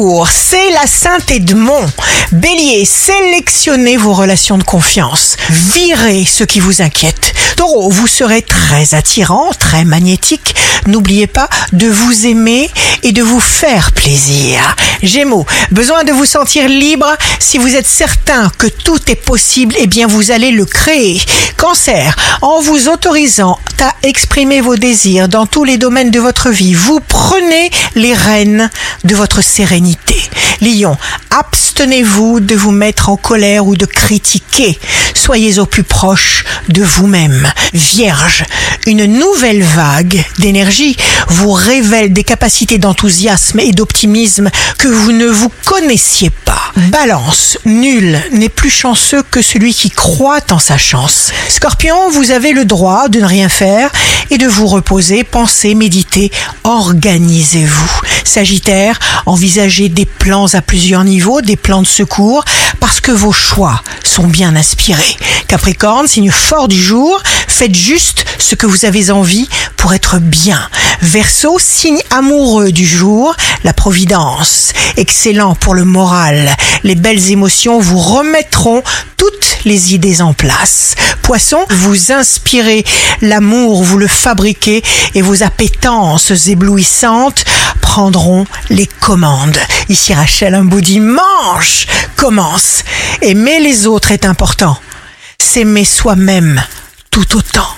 jour, c'est la Saint-Edmond. Bélier, sélectionnez vos relations de confiance. Virez ce qui vous inquiète. Taureau, vous serez très attirant, très magnétique. N'oubliez pas de vous aimer et de vous faire plaisir. Gémeaux, besoin de vous sentir libre. Si vous êtes certain que tout est possible, eh bien vous allez le créer. Cancer, en vous autorisant à exprimer vos désirs dans tous les domaines de votre vie, vous prenez les rênes de votre sérénité. Lion, abstenez-vous de vous mettre en colère ou de critiquer. Soyez au plus proche de vous-même. Vierge, une nouvelle vague d'énergie vous révèle des capacités d'enthousiasme et d'optimisme que vous ne vous connaissiez pas. Balance, nul n'est plus chanceux que celui qui croit en sa chance. Scorpion, vous avez le droit de ne rien faire et de vous reposer, pensez, méditez, organisez-vous. Sagittaire, envisagez des plans à plusieurs niveaux, des plans de secours, parce que vos choix sont bien inspirés. Capricorne, signe fort du jour, faites juste ce que vous avez envie pour être bien. Verseau, signe amoureux du jour, la providence, excellent pour le moral. Les belles émotions vous remettront toutes les idées en place. Poisson, vous inspirez l'amour, vous le fabriquez et vos appétences éblouissantes prendront les commandes. Ici Rachel, un beau dimanche commence. Aimer les autres est important. S'aimer soi-même tout autant.